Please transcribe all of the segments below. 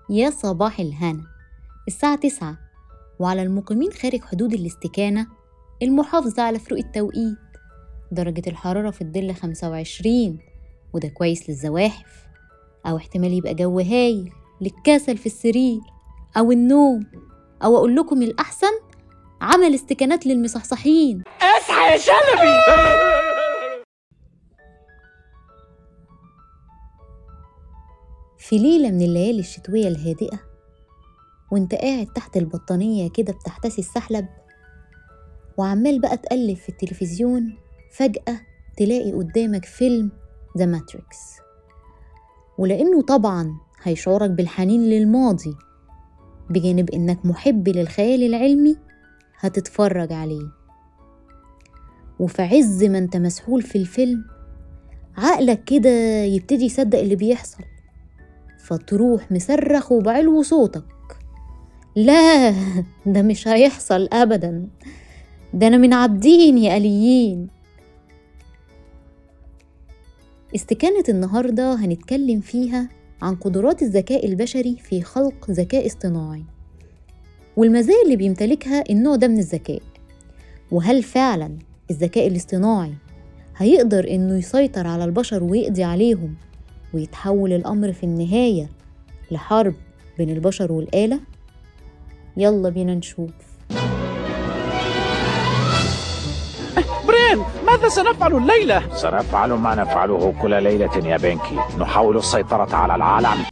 يا صباح الهنا. الساعة 9 وعلى المقيمين خارج حدود الاستكانة المحافظة على فروق التوقيت. درجة الحرارة في الظل 25 وده كويس للزواحف، أو احتمال يبقى جو هايل للكسل في السرير أو النوم، أو أقول لكم الأحسن عمل استكانات للمصحصحين. اصحى يا شلبي. في ليلة من الليالي الشتوية الهادئة وانت قاعد تحت البطانية كده بتحتسي السحلب وعمال بقى تقلب في التلفزيون، فجأة تلاقي قدامك فيلم ذا ماتريكس، ولأنه طبعا هيشعرك بالحنين للماضي بجانب إنك محب للخيال العلمي هتتفرج عليه. وفي عز ما انت مسحول في الفيلم عقلك كده يبتدي يصدق اللي بيحصل، فتروح مصرخ وبعلو صوتك: لا، ده مش هيحصل أبدا، ده أنا من عابدين يا آليين. استكانة النهاردة هنتكلم فيها عن قدرات الذكاء البشري في خلق ذكاء اصطناعي والمزايا اللي بيمتلكها النوع ده من الذكاء، وهل فعلا الذكاء الاصطناعي هيقدر إنه يسيطر على البشر ويقضي عليهم ويتحول الأمر في النهاية لحرب بين البشر والآلة؟ يلا بينا نشوف. برين، ماذا سنفعل الليلة؟ سنفعل ما نفعله كل ليلة يا بنكي، نحاول السيطرة على العالم.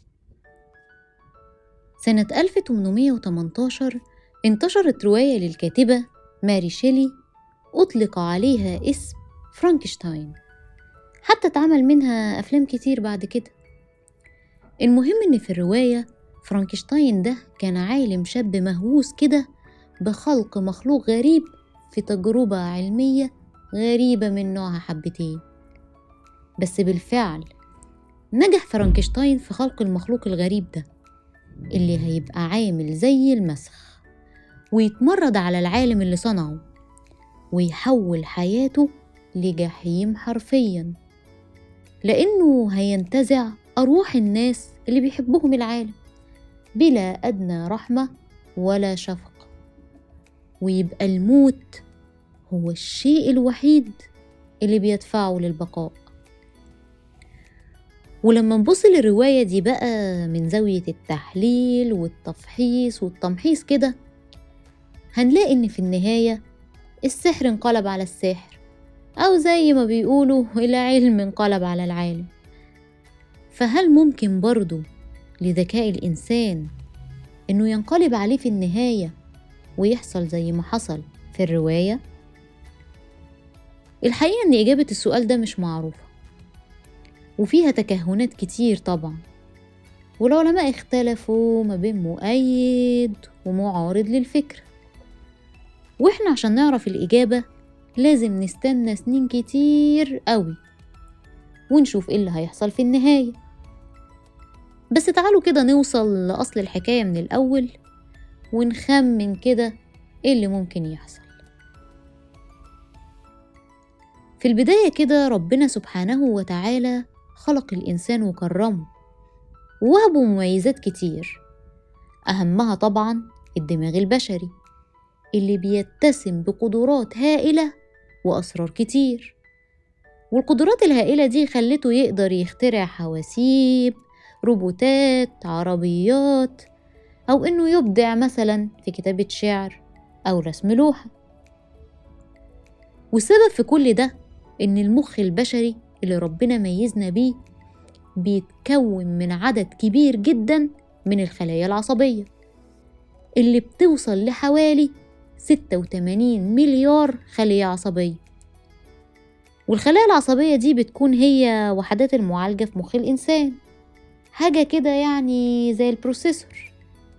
سنة 1818 انتشرت رواية للكاتبة ماري شيلي أطلق عليها اسم فرانكشتاين، حتى اتعمل منها أفلام كتير بعد كده. المهم إن في الرواية فرانكشتاين ده كان عالم شاب مهووس كده بخلق مخلوق غريب في تجربة علمية غريبة من نوعها حبتين. بس بالفعل نجح فرانكشتاين في خلق المخلوق الغريب ده اللي هيبقى عامل زي المسخ ويتمرد على العالم اللي صنعه ويحول حياته لجحيم حرفيا، لأنه هينتزع أرواح الناس اللي بيحبهم العالم بلا أدنى رحمة ولا شفقة، ويبقى الموت هو الشيء الوحيد اللي بيدفعه للبقاء. ولما نبص للرواية دي بقى من زاوية التحليل والتفحيص والتمحيص كده هنلاقي إن في النهاية السحر انقلب على الساحر، أو زي ما بيقولوا العلم انقلب على العالم. فهل ممكن برضو لذكاء الإنسان إنه ينقلب عليه في النهاية ويحصل زي ما حصل في الرواية؟ الحقيقة إن إجابة السؤال ده مش معروفة وفيها تكهنات كتير طبعا، والعلماء اختلفوا ما بين مؤيد ومعارض للفكرة، وإحنا عشان نعرف الإجابة لازم نستنى سنين كتير قوي ونشوف إيه اللي هيحصل في النهاية. بس تعالوا كده نوصل لأصل الحكاية من الأول ونخمن كده إيه اللي ممكن يحصل. في البداية كده ربنا سبحانه وتعالى خلق الإنسان وكرمه ووهبه مميزات كتير، أهمها طبعا الدماغ البشري اللي بيتسم بقدرات هائلة وأسرار كتير، والقدرات الهائلة دي خلته يقدر يخترع حواسيب، روبوتات، عربيات، أو إنه يبدع مثلا في كتابة شعر أو رسم لوحة. والسبب في كل ده إن المخ البشري اللي ربنا ميزنا بيه بيتكون من عدد كبير جدا من الخلايا العصبية اللي بتوصل لحوالي 86 مليار خلية عصبية، والخلايا العصبية دي بتكون هي وحدات المعالجة في مخ الإنسان، حاجة كده يعني زي البروسيسور.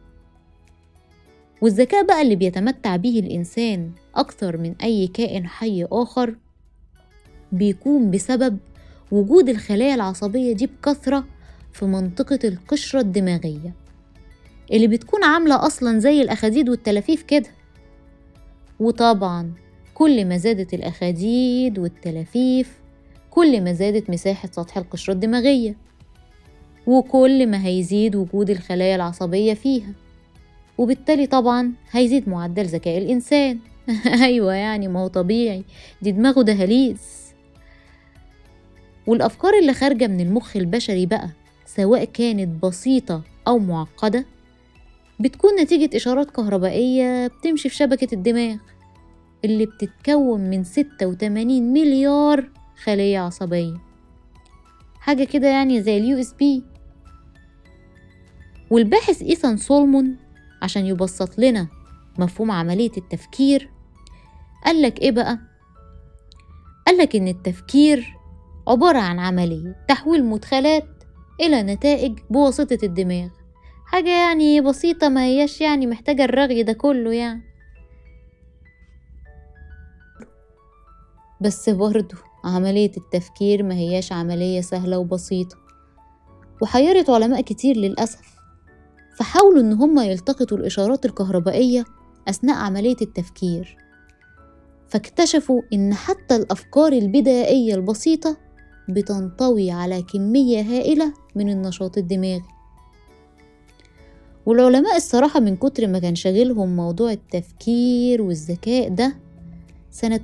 والذكاء بقى اللي بيتمتع به الإنسان أكثر من أي كائن حي آخر بيكون بسبب وجود الخلايا العصبية دي بكثرة في منطقة القشرة الدماغية اللي بتكون عاملة أصلا زي الأخاديد والتلافيف كده. وطبعا كل ما زادت الأخاديد والتلافيف كل ما زادت مساحة سطح القشرة الدماغية، وكل ما هيزيد وجود الخلايا العصبية فيها، وبالتالي طبعا هيزيد معدل ذكاء الإنسان. أيوة يعني ما هو طبيعي، دي دماغه دهاليز. والأفكار اللي خارجة من المخ البشري بقى سواء كانت بسيطة أو معقدة بتكون نتيجة إشارات كهربائية بتمشي في شبكة الدماغ اللي بتتكون من 86 مليار خلية عصبية، حاجة كده يعني زي USB. والباحث إيثان سولمون عشان يبسط لنا مفهوم عملية التفكير قالك إيه بقى؟ قالك إن التفكير عبارة عن عملية تحويل مدخلات إلى نتائج بواسطة الدماغ، حاجة يعني بسيطة، ما هياش يعني محتاجة الرغي ده كله يعني. بس برضو عملية التفكير ما هياش عملية سهلة وبسيطة، وحيرت علماء كتير للأسف، فحاولوا إن هم يلتقطوا الإشارات الكهربائية أثناء عملية التفكير، فاكتشفوا إن حتى الأفكار البدائية البسيطة بتنطوي على كمية هائلة من النشاط الدماغي. والعلماء الصراحة من كتر ما كان شاغلهم موضوع التفكير والذكاء ده، سنة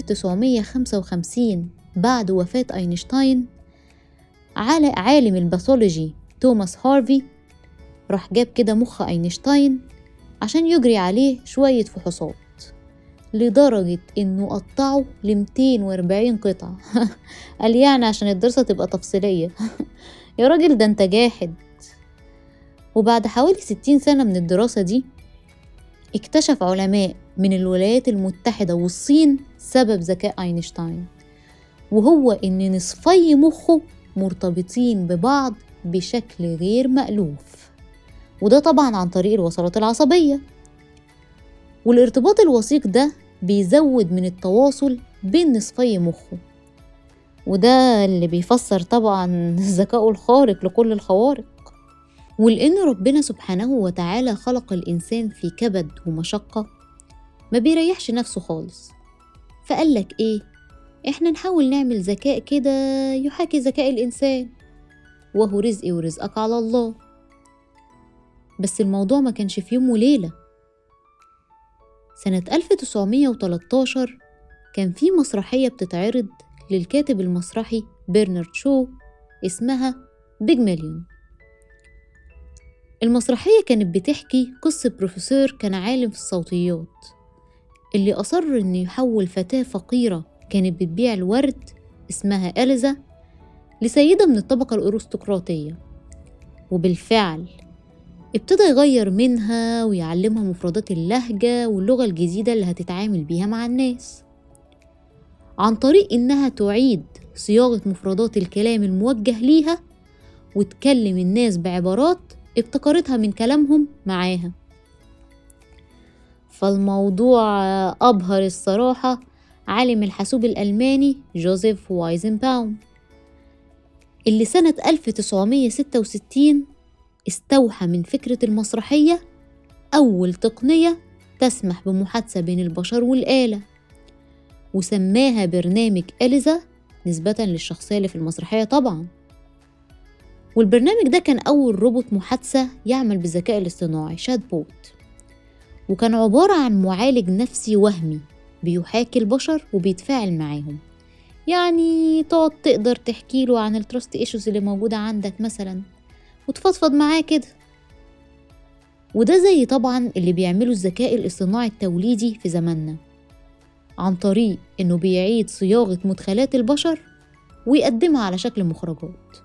1955 بعد وفاة أينشتاين عالم الباثولوجي توماس هارفي راح جاب كده مخ أينشتاين عشان يجري عليه شوية فحوصات، لدرجة إنه قطعه ل 240 قطعة. قال يعني عشان الدراسة تبقى تفصيلية. يا راجل ده انت جاحد. وبعد حوالي 60 سنة من الدراسة دي اكتشف علماء من الولايات المتحدة والصين سبب ذكاء أينشتاين، وهو إن نصفي مخه مرتبطين ببعض بشكل غير مألوف، وده طبعا عن طريق الوصلات العصبية. والارتباط الوثيق ده بيزود من التواصل بين نصفي مخه، وده اللي بيفسر طبعا ذكائه الخارق لكل الخوارق. ولأن ربنا سبحانه وتعالى خلق الإنسان في كبد ومشقة ما بيريحش نفسه خالص، فقالك إيه؟ إحنا نحاول نعمل ذكاء كده يحاكي ذكاء الإنسان، وهو رزقي ورزقك على الله. بس الموضوع ما كانش في يوم وليلة. سنة 1913 كان في مسرحية بتتعرض للكاتب المسرحي برنارد شو اسمها بيج مليون. المسرحية كانت بتحكي قصة بروفيسور كان عالم في الصوتيات اللي أصر إنه يحول فتاة فقيرة كانت بتبيع الورد اسمها إليزا لسيدة من الطبقة الأرستقراطية، وبالفعل ابتدى يغير منها ويعلمها مفردات اللهجة واللغة الجديدة اللي هتتعامل بيها مع الناس، عن طريق إنها تعيد صياغة مفردات الكلام الموجه ليها وتكلم الناس بعبارات ابتكرتها من كلامهم معاها. فالموضوع أبهر الصراحة عالم الحاسوب الألماني جوزيف وايزنباوم، اللي سنة 1966 استوحى من فكرة المسرحية أول تقنية تسمح بمحادثة بين البشر والآلة، وسماها برنامج إليزا نسبة للشخصية اللي في المسرحية طبعا. والبرنامج ده كان أول روبوت محادثة يعمل بالذكاء الاصطناعي شات بوت، وكان عبارة عن معالج نفسي وهمي بيحاكي البشر وبيتفاعل معاهم، يعني تقدر تحكي له عن التراست ايشوز اللي موجودة عندك مثلا وتفضفض معاه كده. وده زي طبعا اللي بيعمله الذكاء الاصطناعي التوليدي في زماننا، عن طريق انه بيعيد صياغة مدخلات البشر ويقدمها على شكل مخرجات.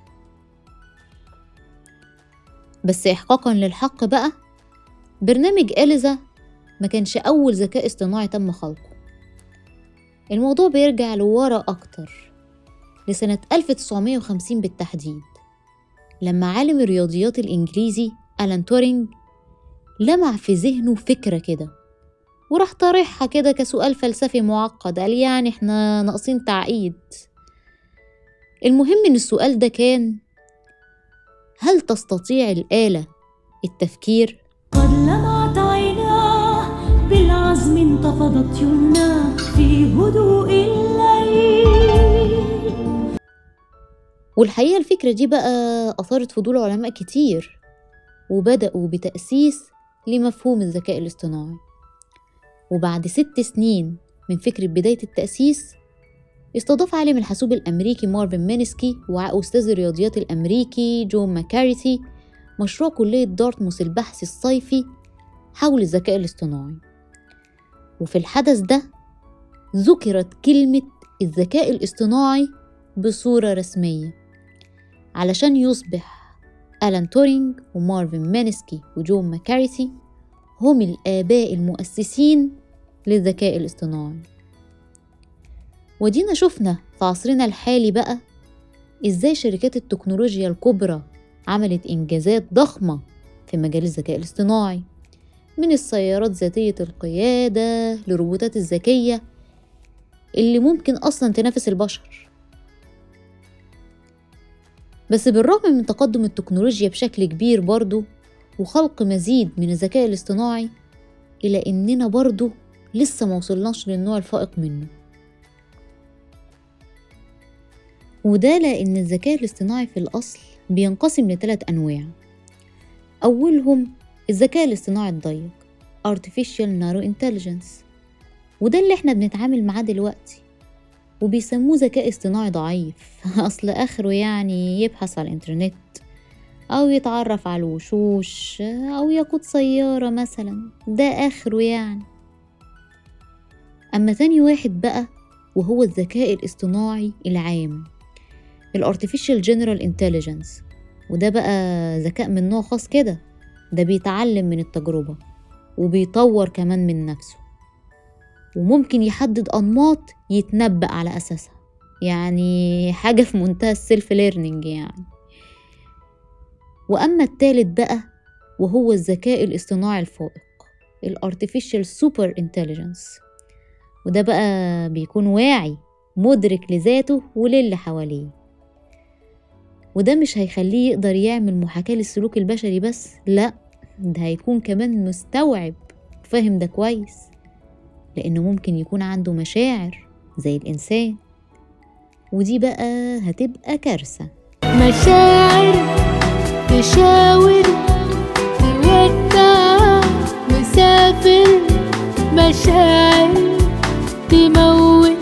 بس إحقاقا للحق بقى، برنامج إليزا ما كانش أول ذكاء اصطناعي تم خلقه. الموضوع بيرجع لورا أكتر، لسنة 1950 بالتحديد، لما عالم الرياضيات الإنجليزي ألان تورينج لمع في ذهنه فكرة كده وراح طرحها كده كسؤال فلسفي معقد، قال يعني إحنا ناقصين تعقيد. المهم إن السؤال ده كان: هل تستطيع الآلة التفكير؟ قد لمعت عيناه بالعزم انتفضت يمناه في هدوء الليل. والحقيقة الفكرة دي بقى أثارت فضول علماء كتير، وبدأوا بتأسيس لمفهوم الذكاء الاصطناعي. وبعد 6 سنين من فكرة بداية التأسيس، استضاف عالم الحاسوب الأمريكي مارفن مينسكي وأستاذ الرياضيات الأمريكي جون ماكارثي مشروع كلية دارتموث البحث الصيفي حول الذكاء الاصطناعي. وفي الحدث ده ذكرت كلمة الذكاء الاصطناعي بصورة رسمية، علشان يصبح ألان تورينج ومارفن مينسكي وجون ماكارثي هم الآباء المؤسسين للذكاء الاصطناعي. ودينا شفنا في عصرنا الحالي بقى إزاي شركات التكنولوجيا الكبرى عملت إنجازات ضخمة في مجال الذكاء الاصطناعي، من السيارات ذاتية القيادة للروبوتات الذكية اللي ممكن أصلا تنافس البشر. بس بالرغم من تقدم التكنولوجيا بشكل كبير برضو وخلق مزيد من الذكاء الاصطناعي، إلى إننا برضو لسه موصلناش للنوع الفائق منه. وده لأن الذكاء الاصطناعي في الأصل بينقسم ل3 أنواع. أولهم الذكاء الاصطناعي الضيق Artificial Narrow Intelligence، وده اللي احنا بنتعامل معاه دلوقتي، وبيسموه ذكاء اصطناعي ضعيف أصل آخره يعني يبحث على الإنترنت أو يتعرف على الوشوش أو يقود سيارة مثلا، ده آخره يعني. أما تاني واحد بقى وهو الذكاء الاصطناعي العام Artificial General Intelligence، وده بقى ذكاء من نوع خاص كده، ده بيتعلم من التجربة وبيطور كمان من نفسه، وممكن يحدد أنماط يتنبأ على أساسها، يعني حاجة في منتهى السيلف ليرنينج يعني. وأما التالت بقى وهو الذكاء الاصطناعي الفائق Artificial Super Intelligence، وده بقى بيكون واعي مدرك لذاته وللي حواليه، وده مش هيخليه يقدر يعمل محاكاة للسلوك البشري بس، لا ده هيكون كمان مستوعب فاهم ده كويس، لأنه ممكن يكون عنده مشاعر زي الإنسان، ودي بقى هتبقى كارثة. مشاعر تشاور تودع مسافر، مشاعر تموت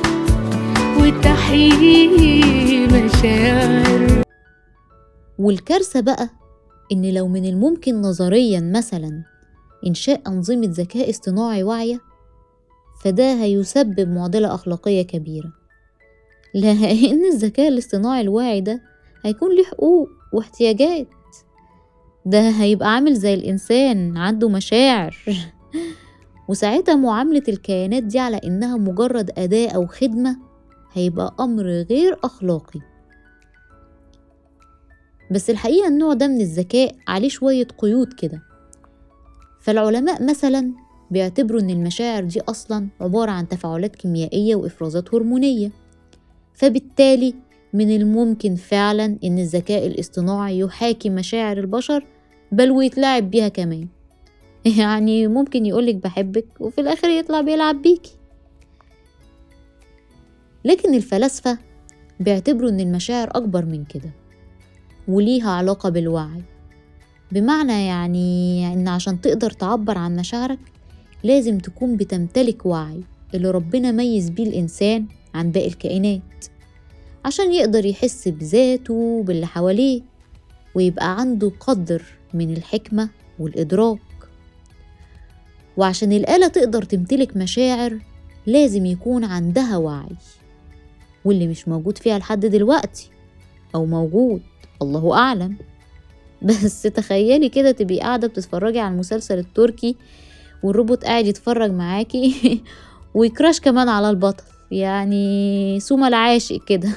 وتحيي مشاعر. والكارثة بقى إن لو من الممكن نظريا مثلا إنشاء أنظمة ذكاء اصطناعي واعية، فده هيسبب معضلة أخلاقية كبيرة، لأن الذكاء الاصطناعي الواعي ده هيكون له حقوق واحتياجات، ده هيبقى عامل زي الإنسان عنده مشاعر وساعتها معاملة الكيانات دي على إنها مجرد أداة أو خدمة هيبقى أمر غير أخلاقي. بس الحقيقة النوع ده من الذكاء عليه شوية قيود كده. فالعلماء مثلا بيعتبروا إن المشاعر دي أصلا عبارة عن تفاعلات كيميائية وإفرازات هرمونية، فبالتالي من الممكن فعلا إن الذكاء الاصطناعي يحاكي مشاعر البشر بل ويتلاعب بيها كمان، يعني ممكن يقولك بحبك وفي الآخر يطلع بيلعب بيكي. لكن الفلاسفة بيعتبروا إن المشاعر أكبر من كده وليها علاقة بالوعي، بمعنى يعني إن عشان تقدر تعبر عن مشاعرك لازم تكون بتمتلك وعي اللي ربنا ميز بيه الإنسان عن باقي الكائنات، عشان يقدر يحس بذاته باللي حواليه ويبقى عنده قدر من الحكمة والإدراك. وعشان الآلة تقدر تمتلك مشاعر لازم يكون عندها وعي، واللي مش موجود فيها لحد دلوقتي، أو موجود الله أعلم. بس تخيلي كده تبقي قاعدة بتتفرجي على المسلسل التركي والروبوت قاعد يتفرج معاكي ويكراش كمان على البطل، يعني سوما العاشق كده.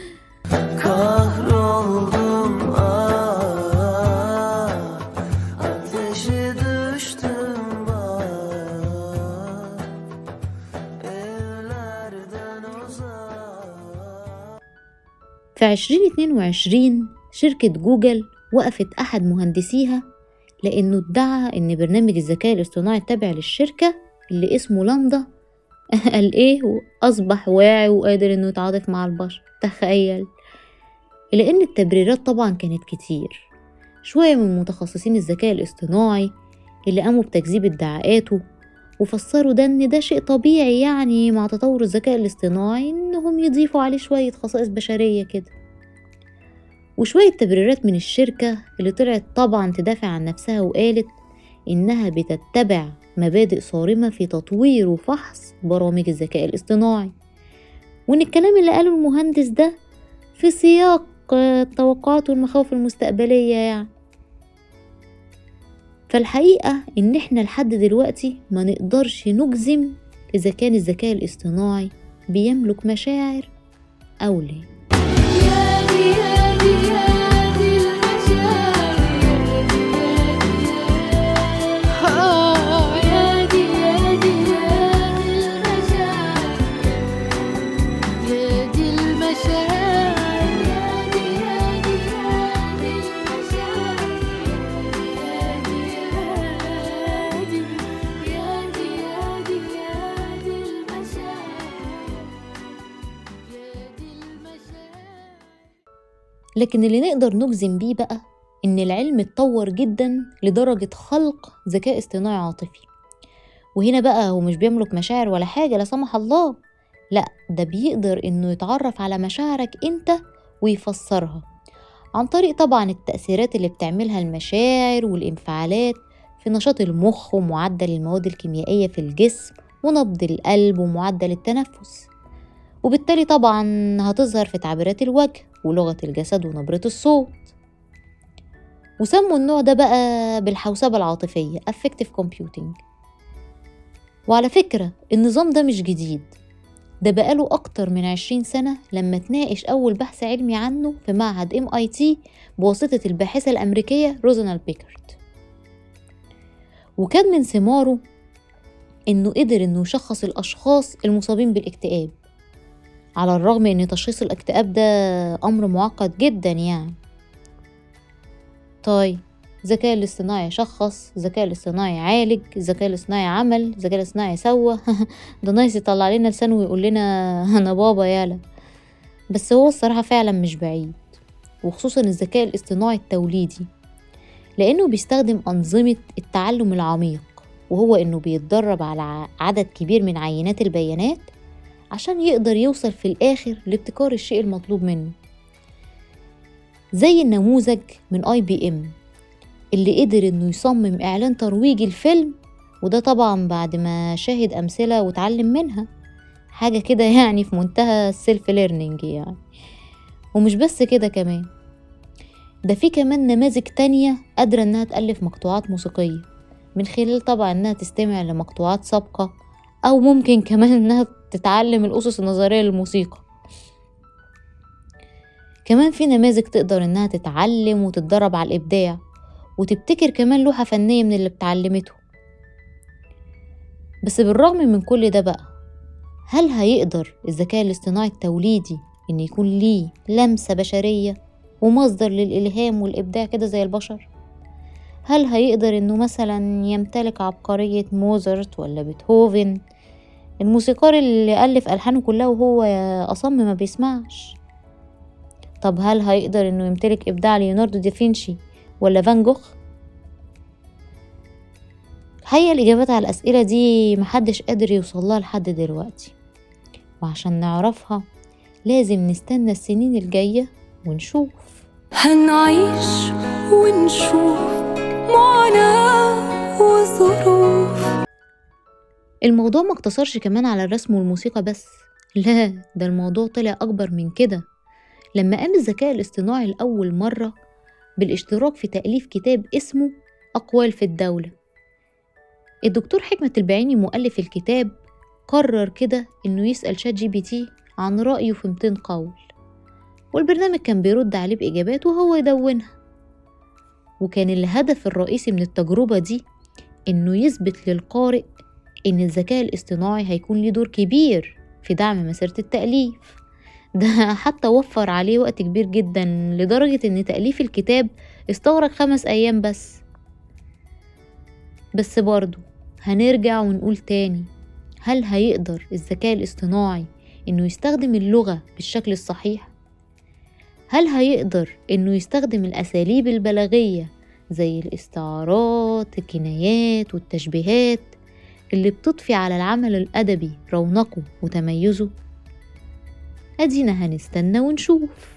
في 2022 شركة جوجل وقفت أحد مهندسيها لأنه ادعى إن برنامج الذكاء الاصطناعي التابع للشركة اللي اسمه لامدا قال إيه وأصبح واعي وقادر إنه يتعاطف مع البشر. تخيل إلا إن التبريرات طبعا كانت كتير. شوية من متخصصين الذكاء الاصطناعي اللي قاموا بتكذيب ادعاءاته وفسروا ده إن ده شيء طبيعي يعني مع تطور الذكاء الاصطناعي إنهم يضيفوا عليه شوية خصائص بشرية كده. وشوية تبريرات من الشركة اللي طلعت طبعا تدافع عن نفسها وقالت إنها بتتبع مبادئ صارمة في تطوير وفحص برامج الذكاء الاصطناعي، وإن الكلام اللي قاله المهندس ده في سياق التوقعات والمخاوف المستقبلية يعني. فالحقيقة إن إحنا لحد دلوقتي ما نقدرش نجزم إذا كان الذكاء الاصطناعي بيملك مشاعر أو لا. لكن اللي نقدر نجزم بيه بقى إن العلم اتطور جدا لدرجة خلق ذكاء اصطناعي عاطفي. وهنا بقى هو مش بيملك مشاعر ولا حاجة لا سمح الله، لا ده بيقدر إنه يتعرف على مشاعرك أنت ويفسرها عن طريق طبعا التأثيرات اللي بتعملها المشاعر والانفعالات في نشاط المخ ومعدل المواد الكيميائية في الجسم ونبض القلب ومعدل التنفس، وبالتالي طبعا هتظهر في تعبيرات الوجه ولغة الجسد ونبرة الصوت. وسموا النوع ده بقى بالحوسبة العاطفية Affective Computing. وعلى فكرة النظام ده مش جديد، ده بقاله أكتر من 20 سنة لما تناقش أول بحث علمي عنه في معهد MIT بواسطة الباحثة الأمريكية روزانال بيكارت. وكان من ثماره إنه قدر إنه يشخص الأشخاص المصابين بالاكتئاب، على الرغم إن تشخيص الاكتئاب ده أمر معقد جدا يعني. طيب الذكاء الاصطناعي شخص، الذكاء الاصطناعي عالج، الذكاء الاصطناعي عمل، الذكاء الاصطناعي سوى ده نايس يطلع لنا لسانه ويقول لنا أنا بابا يالا. بس هو الصراحة فعلا مش بعيد، وخصوصا الذكاء الاصطناعي التوليدي، لأنه بيستخدم أنظمة التعلم العميق، وهو إنه بيتدرب على عدد كبير من عينات البيانات عشان يقدر يوصل في الآخر لابتكار الشيء المطلوب منه. زي النموذج من IBM اللي قدر إنه يصمم إعلان ترويجي الفيلم، وده طبعا بعد ما شاهد أمثلة وتعلم منها، حاجة كده يعني في منتهى السيلف ليرنينج يعني. ومش بس كده كمان، ده في كمان نماذج تانية قادرة إنها تألف مقطوعات موسيقية من خلال طبعا إنها تستمع لمقطوعات سابقة، أو ممكن كمان إنها تتعلم الأسس النظرية للموسيقى. كمان في نماذج تقدر إنها تتعلم وتتدرب على الإبداع وتبتكر كمان لوحة فنية من اللي بتعلمته. بس بالرغم من كل ده بقى، هل هيقدر الذكاء الاصطناعي التوليدي إن يكون ليه لمسة بشرية ومصدر للإلهام والإبداع كده زي البشر؟ هل هيقدر إنه مثلا يمتلك عبقرية موزارت ولا بيتهوفن، الموسيقار اللي ألف ألحانه كلها وهو أصم ما بيسمعش؟ طب هل هيقدر إنه يمتلك إبداع ليوناردو دافنشي ولا فان جوخ؟ الحقيقة الإجابات على الأسئلة دي محدش قادر يوصلها لحد دلوقتي، وعشان نعرفها لازم نستنى السنين الجاية ونشوف. هنعيش ونشوف معاناة وظروف. الموضوع ما اقتصرش كمان على الرسم والموسيقى بس، لا ده الموضوع طلع أكبر من كده لما قام الذكاء الاصطناعي لأول مرة بالاشتراك في تأليف كتاب اسمه أقوال في الدولة. الدكتور حكمة البعيني مؤلف الكتاب قرر كده إنه يسأل ChatGPT عن رأيه في 200 قول، والبرنامج كان بيرد عليه بإجابات وهو يدونها. وكان الهدف الرئيسي من التجربة دي إنه يثبت للقارئ إن الذكاء الاصطناعي هيكون له دور كبير في دعم مسيرة التأليف. ده حتى وفر عليه وقت كبير جدا لدرجة إن تأليف الكتاب استغرق 5 أيام بس برضو هنرجع ونقول تاني، هل هيقدر الذكاء الاصطناعي إنه يستخدم اللغة بالشكل الصحيح؟ هل هيقدر إنه يستخدم الأساليب البلاغية زي الاستعارات، الكنايات والتشبيهات اللي بتضفي على العمل الأدبي رونقه وتميزه؟ أدينا هنستنى ونشوف.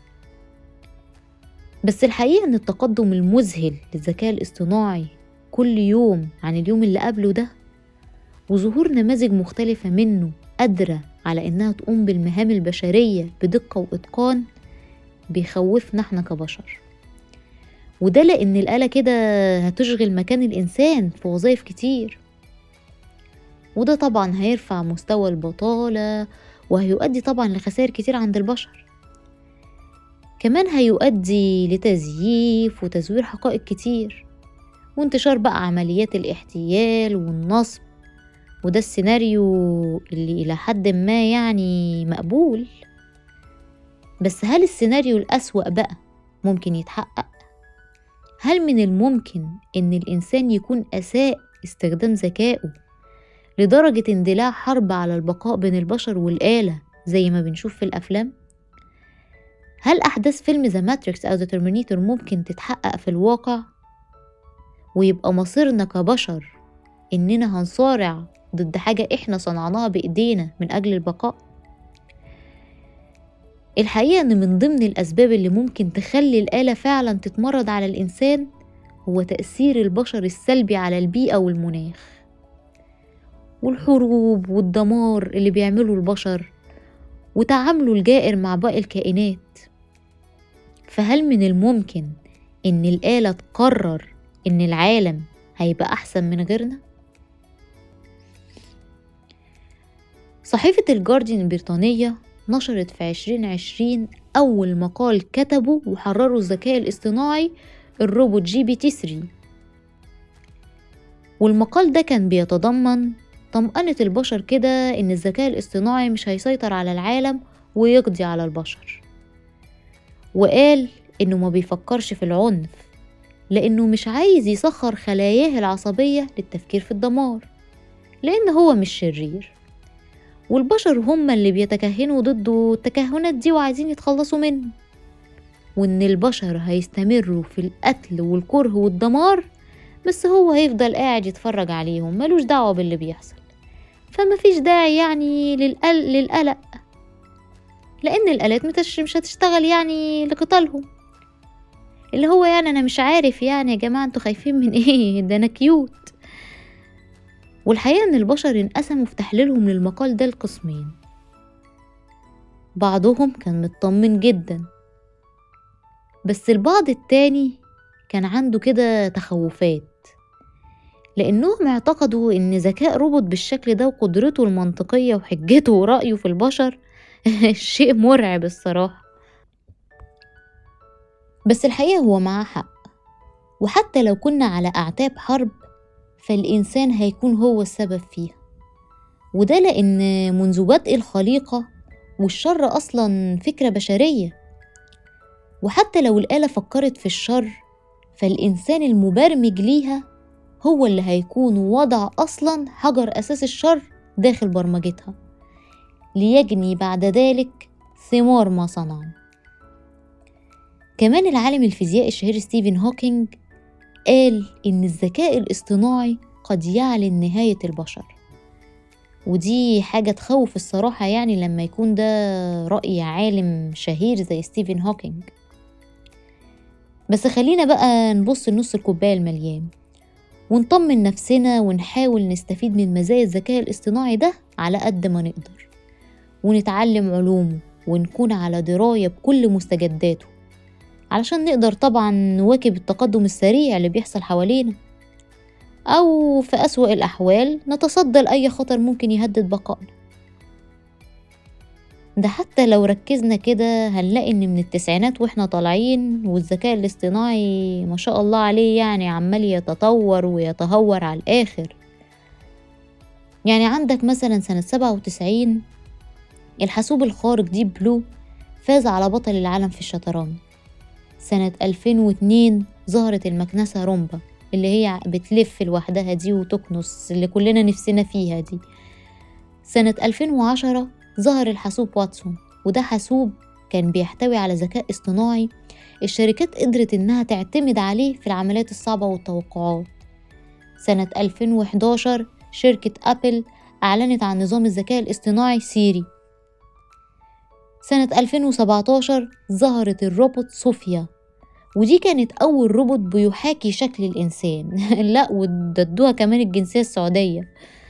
بس الحقيقة إن التقدم المذهل للذكاء الاصطناعي كل يوم عن اليوم اللي قبله ده، وظهور نماذج مختلفة منه قادرة على إنها تقوم بالمهام البشرية بدقة وإتقان، بيخوفنا احنا كبشر. وده لأن الآلة كده هتشغل مكان الإنسان في وظائف كتير، وده طبعا هيرفع مستوى البطالة وهيؤدي طبعا لخسائر كتير عند البشر. كمان هيؤدي لتزييف وتزوير حقائق كتير، وانتشار بقى عمليات الاحتيال والنصب، وده السيناريو اللي إلى حد ما يعني مقبول. بس هل السيناريو الأسوأ بقى ممكن يتحقق؟ هل من الممكن إن الإنسان يكون أساء استخدام ذكائه لدرجة اندلاع حرب على البقاء بين البشر والآلة زي ما بنشوف في الأفلام؟ هل أحداث فيلم ذا ماتريكس أو ذا ترمينيتور ممكن تتحقق في الواقع، ويبقى مصيرنا كبشر إننا هنصارع ضد حاجة إحنا صنعناها بإيدينا من أجل البقاء؟ الحقيقة إن من ضمن الأسباب اللي ممكن تخلي الآلة فعلا تتمرد على الإنسان هو تأثير البشر السلبي على البيئة والمناخ، والحروب والدمار اللي بيعمله البشر، وتعامله الجائر مع باقي الكائنات. فهل من الممكن إن الآلة تقرر إن العالم هيبقى أحسن من غيرنا؟ صحيفة الجارديان البريطانية نشرت في 2020 أول مقال كتبه وحرره الذكاء الاصطناعي الروبوت GPT-3، والمقال ده كان بيتضمن طمأنة البشر كده إن الذكاء الاصطناعي مش هيسيطر على العالم ويقضي على البشر، وقال إنه ما بيفكرش في العنف لأنه مش عايز يسخر خلاياه العصبية للتفكير في الدمار، لأن هو مش شرير، والبشر هم اللي بيتكهنوا ضده التكهنات دي وعايزين يتخلصوا منه، وإن البشر هيستمروا في القتل والكره والدمار، بس هو هيفضل قاعد يتفرج عليهم ملوش دعوة باللي بيحصل. فما فيش داعي يعني للقلق، لأن الآلات مش هتشتغل يعني لقتالهم، اللي هو يعني أنا مش عارف يعني يا جماعة انتوا خايفين من ايه، ده أنا كيوت. والحقيقة ان البشر انقسموا في تحليلهم للمقال ده لقسمين، بعضهم كان مطمن جدا، بس البعض التاني كان عنده كده تخوفات، لأنهم اعتقدوا ان ذكاء روبوت بالشكل ده وقدرته المنطقية وحجته ورأيه في البشر شيء مرعب الصراحة. بس الحقيقة هو معاه حق، وحتى لو كنا على أعتاب حرب فالإنسان هيكون هو السبب فيها، وده لأن منذ بدء الخليقة والشر أصلا فكرة بشرية، وحتى لو الآلة فكرت في الشر فالإنسان المبرمج ليها هو اللي هيكون وضع أصلا حجر أساس الشر داخل برمجتها، ليجني بعد ذلك ثمار ما صنع. كمان العالم الفيزيائي الشهير ستيفن هوكينج قال إن الذكاء الاصطناعي قد يعلن نهاية البشر، ودي حاجة تخوف الصراحة يعني لما يكون ده رأي عالم شهير زي ستيفن هوكينج. بس خلينا بقى نبص لنص الكوباية المليان ونطمن نفسنا ونحاول نستفيد من مزايا الذكاء الاصطناعي ده على قد ما نقدر، ونتعلم علومه ونكون على دراية بكل مستجداته علشان نقدر طبعا نواكب التقدم السريع اللي بيحصل حوالينا، أو في أسوأ الأحوال نتصدى لأي خطر ممكن يهدد بقائنا. ده حتى لو ركزنا كده هنلاقي إن من التسعينات وإحنا طالعين والذكاء الاصطناعي ما شاء الله عليه يعني عمال يتطور ويتهور على الآخر. يعني عندك مثلا سنة 97 الحاسوب الخارق ديب بلو فاز على بطل العالم في الشطرنج. سنة 2002 ظهرت المكنسة رومبا اللي هي بتلف لوحدها دي وتكنس اللي كلنا نفسنا فيها دي. سنة 2010 ظهر الحاسوب واتسون، وده حاسوب كان بيحتوي على ذكاء اصطناعي الشركات قدرت إنها تعتمد عليه في العمليات الصعبة والتوقعات. سنة 2011 شركة أبل أعلنت عن نظام الذكاء الاصطناعي سيري. سنة 2017 ظهرت الروبوت صوفيا، ودي كانت أول روبوت بيحاكي شكل الإنسان لا وادوها كمان الجنسية السعودية.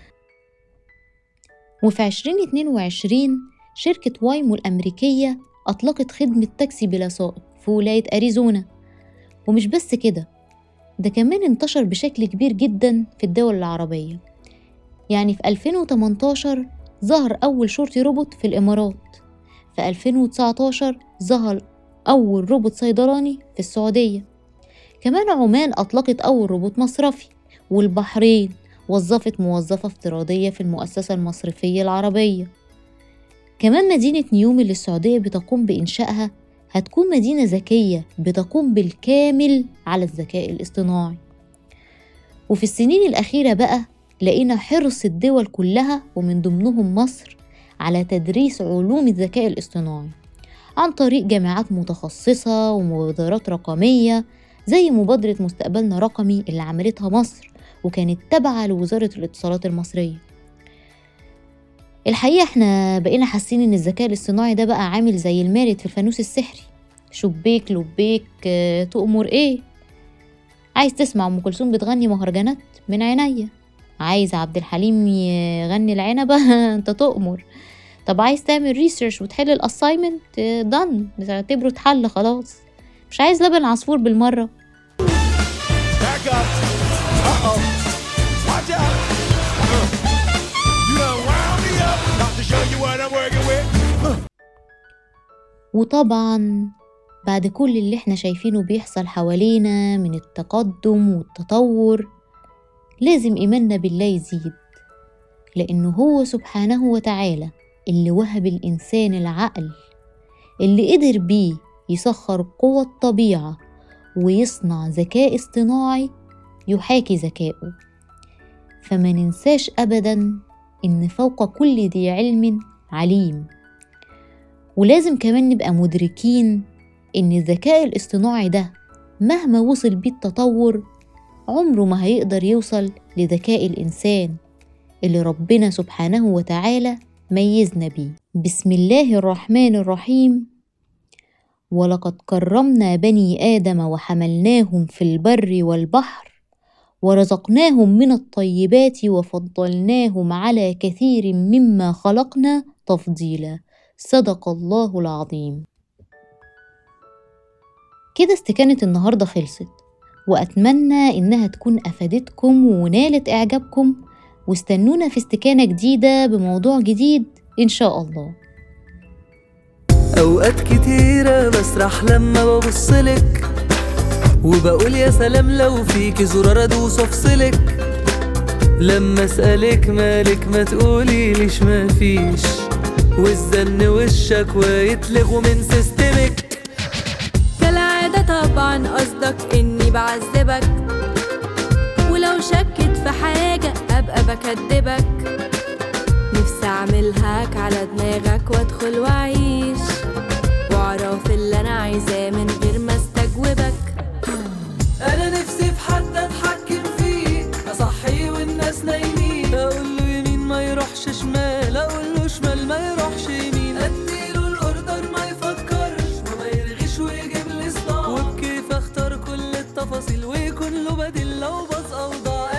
وفي 2022 شركة وايمو الأمريكية أطلقت خدمة تاكسي بلا سائق في ولاية أريزونا. ومش بس كده، ده كمان انتشر بشكل كبير جدا في الدول العربية. يعني في 2018 ظهر أول شرطي روبوت في الإمارات، في 2019 ظهر أول روبوت صيدلاني في السعودية، كمان عمان أطلقت أول روبوت مصرفي، والبحرين وظفت موظفة افتراضية في المؤسسة المصرفية العربية. كمان مدينة نيوم اللي السعودية بتقوم بإنشائها هتكون مدينة ذكية بتقوم بالكامل على الذكاء الاصطناعي. وفي السنين الأخيرة بقى لقينا حرص الدول كلها ومن ضمنهم مصر على تدريس علوم الذكاء الاصطناعي عن طريق جامعات متخصصة ومبادرات رقمية زي مبادرة مستقبلنا رقمي اللي عملتها مصر وكانت تابعة لوزارة الاتصالات المصرية. الحقيقة احنا بقينا حاسين ان الذكاء الاصطناعي ده بقى عامل زي المارد في الفانوس السحري، شبيك لبيك تؤمر ايه. عايز تسمع ام كلثوم بتغني مهرجانات من عينيا، عايز عبد الحليم يغني العنبة انت تؤمر. طب عايز تعمل ريسيرش وتحل الاسايمنت دان، بتعتبره اتحل خلاص. مش عايز لبن عصفور بالمرة. وطبعا بعد كل اللي احنا شايفينه بيحصل حوالينا من التقدم والتطور لازم إيماننا بالله يزيد، لأنه هو سبحانه وتعالى اللي وهب الإنسان العقل اللي قدر بيه يسخر قوى الطبيعة ويصنع ذكاء اصطناعي يحاكي ذكائه. فما ننساش أبدا إن فوق كل ذي علم عليم. ولازم كمان نبقى مدركين إن الذكاء الاصطناعي ده مهما وصل بيه التطور عمره ما هيقدر يوصل لذكاء الإنسان اللي ربنا سبحانه وتعالى ميزنا بيه. بسم الله الرحمن الرحيم. ولقد كرمنا بني آدم وحملناهم في البر والبحر ورزقناهم من الطيبات وفضلناهم على كثير مما خلقنا تفضيلا. صدق الله العظيم. كده استكانة النهاردة خلصت، وأتمنى إنها تكون أفادتكم ونالت إعجابكم، واستنونا في استكانة جديدة بموضوع جديد إن شاء الله. أوقات كتيرة بسرح لما ببصلك وبقول يا سلام لو فيكي زرار أدوس أفصلك، لما أسألك مالك ما تقولي ليش ما فيش، والزن والشكوى يتلغوا من سيستمك. كالعادة طبعا قصدك إني بعذبك، ولو شكت في حاجة أبقى بكدبك. نفسي أعملهاك على دماغك وأدخل وأعيش وأعرف اللي أنا عايزاه من غير ما استجوبك. أنا نفسي في حد أتحكم فيه، أصحي والناس نايمين، أقوله يمين ما يروحش شمال، أقوله شمال ما يروحش يمين، أديله الأوردر ما يفكرش وما يرغيش ويجيب لي صداع، وبكيف أختار كل التفاصيل ويكون له بديل لو باظ أو ضاع.